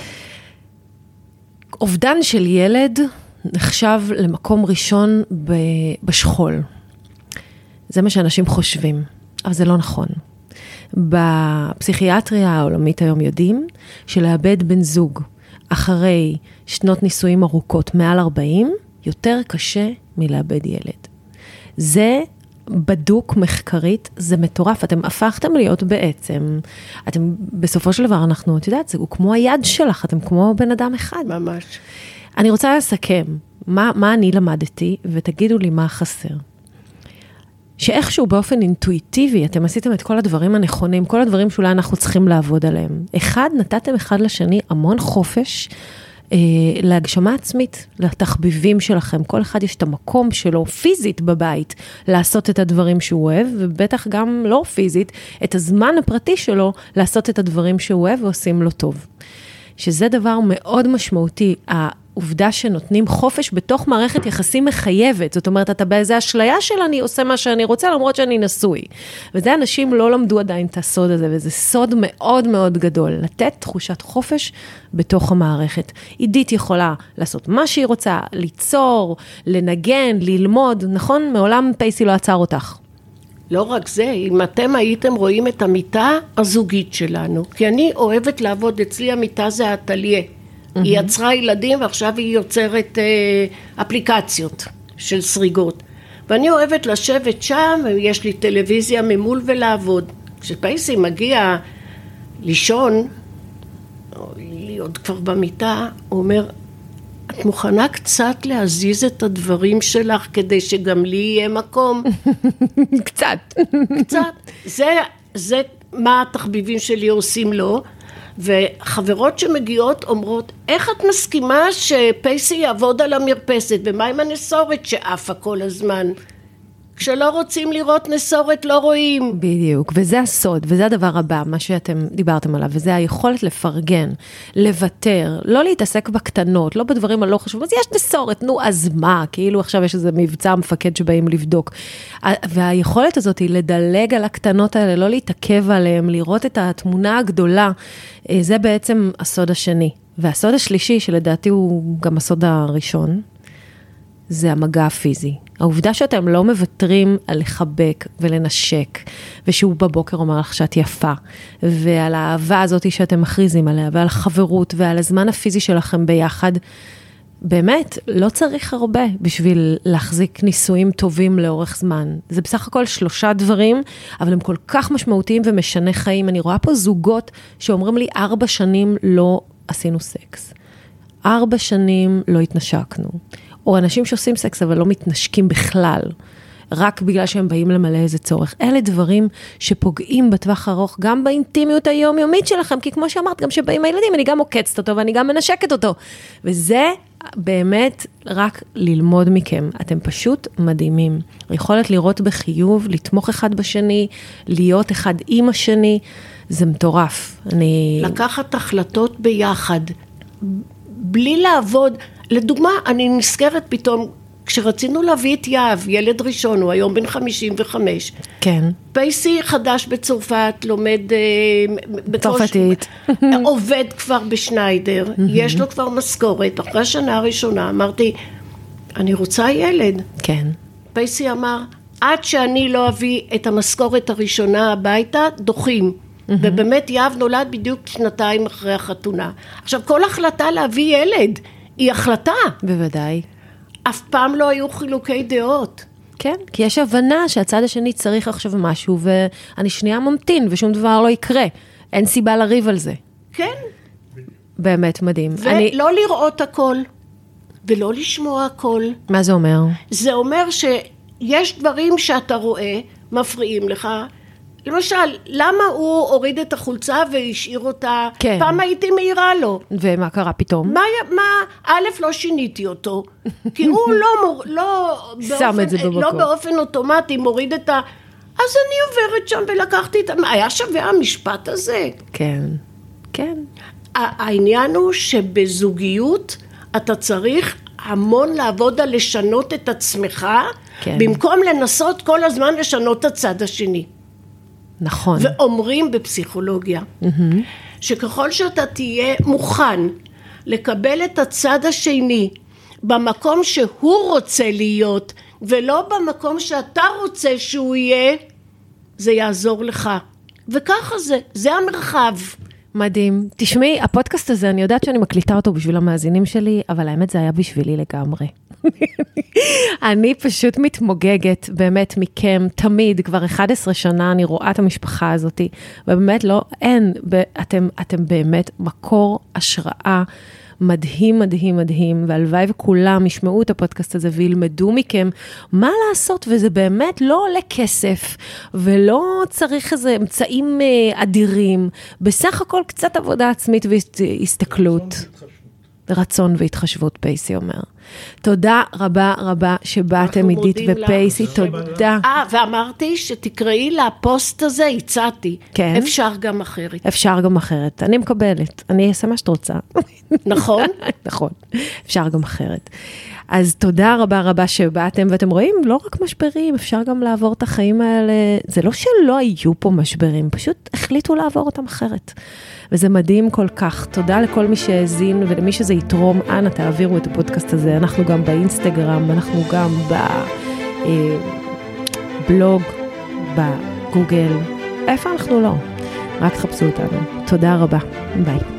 אובדן של ילד נחשב למקום ראשון בשכול. זה מה שאנשים חושבים, אבל זה לא נכון. בפסיכיאטריה העולמית היום יודעים שלאבד בן זוג אחרי שנות נישואים ארוכות מעל ארבעים, יותר קשה מלאבד ילד. זה בדוק מחקרית, זה מטורף, אתם הפכתם להיות בעצם, אתם בסופו של דבר אנחנו, את יודעת, זה כמו היד שלך, אתם כמו בן אדם אחד. ממש. אני רוצה לסכם, מה, מה אני למדתי, ותגידו לי מה חסר. שאיכשהו באופן אינטואיטיבי, אתם עשיתם את כל הדברים הנכונים, כל הדברים שאולי אנחנו צריכים לעבוד עליהם. אחד, נתתם אחד לשני המון חופש, אה, להגשמה עצמית, לתחביבים שלכם. כל אחד יש את המקום שלו, פיזית בבית, לעשות את הדברים שהוא אוהב, ובטח גם לא פיזית, את הזמן הפרטי שלו, לעשות את הדברים שהוא אוהב, ועושים לו טוב. שזה דבר מאוד משמעותי, העובדה שנותנים חופש בתוך מערכת יחסים מחייבת, זאת אומרת, אתה באיזה אשליה של אני עושה מה שאני רוצה, למרות שאני נשוי. וזה אנשים לא למדו עדיין את הסוד הזה, וזה סוד מאוד מאוד גדול, לתת תחושת חופש בתוך המערכת. עידית יכולה לעשות מה שהיא רוצה, ליצור, לנגן, ללמוד, נכון? מעולם פייסי לא עצר אותך. לא רק זה, אם אתם הייתם רואים את המיטה הזוגית שלנו, כי אני אוהבת לעבוד, אצלי המיטה זה האטליה. Mm-hmm. היא יצרה ילדים ועכשיו היא יוצרת אה, אפליקציות של סריגות. ואני אוהבת לשבת שם, ויש לי טלוויזיה ממול ולעבוד. כשפייסי מגיע לישון, או להיות כבר במיטה, הוא אומר, את מוכנה קצת להזיז את הדברים שלך, כדי שגם לי יהיה מקום? קצת. קצת. זה, זה מה התחביבים שלי עושים לו, וחברות שמגיעות אומרות, איך את מסכימה שפייסי יעבוד על המרפסת, ומה עם הנסורת שעפה כל הזמן? כשלא רוצים לראות נסורת, לא רואים. בדיוק, וזה הסוד, וזה הדבר הבא, מה שאתם דיברתם עליו, וזה היכולת לפרגן, לוותר, לא להתעסק בקטנות, לא בדברים הלא חשובים, אז יש נסורת, נו, אז מה? כאילו עכשיו יש איזה מבצע מפקד שבאים לבדוק. והיכולת הזאת היא לדלג על הקטנות האלה, לא להתעכב עליהם, לראות את התמונה הגדולה, זה בעצם הסוד השני. והסוד השלישי, שלדעתי הוא גם הסוד הראשון, זה המגע הפיזי. העובדה שאתם לא מוותרים על לחבק ולנשק, ושהוא בבוקר אומר לך שאת יפה, ועל האהבה הזאת שאתם מכריזים עליה, ועל חברות, ועל הזמן הפיזי שלכם ביחד, באמת, לא צריך הרבה בשביל להחזיק ניסויים טובים לאורך זמן. זה בסך הכל שלושה דברים, אבל הם כל כך משמעותיים ומשנה חיים. אני רואה פה זוגות שאומרים לי, ארבע שנים לא עשינו סקס. ארבע שנים לא התנשקנו. או אנשים שעושים סקס אבל לא מתנשקים בכלל, רק בגלל שהם באים למלא איזה צורך. אלה דברים שפוגעים בטווח ארוך, גם באינטימיות היומיומית שלכם, כי כמו שאמרת, גם שבאים הילדים, אני גם עוקצת אותו, ואני גם מנשקת אותו. וזה באמת רק ללמוד מכם. אתם פשוט מדהימים. יכולת לראות בחיוב, לתמוך אחד בשני, להיות אחד עם השני, זה מטורף. אני... לקחת החלטות ביחד, בלי לעבוד... לדוגמה, אני נזכרת פתאום, כשרצינו להביא את יאב, ילד ראשון, הוא היום בן חמישים וחמש. כן. פייסי חדש בצרפת, לומד... צרפתית. עובד כבר בשניידר, יש לו כבר משכורת. אחרי השנה הראשונה אמרתי, אני רוצה ילד. כן. פייסי אמר, עד שאני לא אביא את המשכורת הראשונה הביתה, דוחים. ובאמת יאב נולד בדיוק שנתיים אחרי החתונה. עכשיו, כל החלטה להביא ילד, היא החלטה. בוודאי. אף פעם לא היו חילוקי דעות. כן, כי יש הבנה שהצד השני צריך עכשיו משהו, ואני שנייה ממתין, ושום דבר לא יקרה. אין סיבה לריב על זה. כן. באמת מדהים. ולא אני... לראות הכל, ולא לשמוע הכל. מה זה אומר? זה אומר שיש דברים שאתה רואה, מפריעים לך, למשל, למה הוא הוריד את החולצה והשאיר אותה? כן. פעם הייתי מהירה לו. ומה קרה פתאום? מה, מה, א', לא שיניתי אותו, כי הוא לא, מור, לא, שם באופן, את זה במקום. לא באופן אוטומטי מוריד את ה... אז אני עוברת שם ולקחתי את... היה שווה המשפט הזה. כן, כן. העניין הוא שבזוגיות אתה צריך המון לעבוד על לשנות את עצמך, כן. במקום לנסות כל הזמן לשנות את הצד השני. נכון. ואומרים בפסיכולוגיה, mm-hmm. שככל שאתה תהיה מוכן לקבל את הצד השני במקום שהוא רוצה להיות, ולא במקום שאתה רוצה שהוא יהיה, זה יעזור לך. וככה זה, זה המרחב. מדהים. תשמעי, הפודקאסט הזה, אני יודעת שאני מקליטה אותו בשביל המאזינים שלי, אבל האמת זה היה בשבילי לגמרי. אני פשוט מתמוגגת באמת מכם, תמיד, כבר אחת עשרה שנה אני רואה את המשפחה הזאת, ובאמת לא, אין, אתם, אתם באמת מקור השראה, מדהים, מדהים, מדהים, והלוואי וכולם ישמעו את הפודקאסט הזה וילמדו מכם מה לעשות, וזה באמת לא עולה כסף, ולא צריך איזה אמצעים אדירים, בסך הכל קצת עבודה עצמית והסתכלות. רצון והתחשבות, פייסי אומר. תודה רבה רבה שבאתם עידית ופייסי, תודה. אה, ואמרתי שתקראי לפוסט הזה, הצעתי. כן. אפשר גם אחרת. אפשר גם אחרת. אני מקבלת. אני אעשה מה שאת רוצה. נכון? נכון. אפשר גם אחרת. אז תודה רבה רבה שבאתם, ואתם רואים, לא רק משברים, אפשר גם לעבור את החיים האלה. זה לא שלא היו פה משברים, פשוט החליטו לעבור אותם אחרת. וזה מדהים כל כך. תודה לכל מי שהאזין, ולמי שזה יתרום, אנא תעבירו את הפודקאסט הזה. אנחנו גם באינסטגרם, אנחנו גם בבלוג, בגוגל. איפה אנחנו לא? רק חפשו אותנו. תודה רבה. ביי.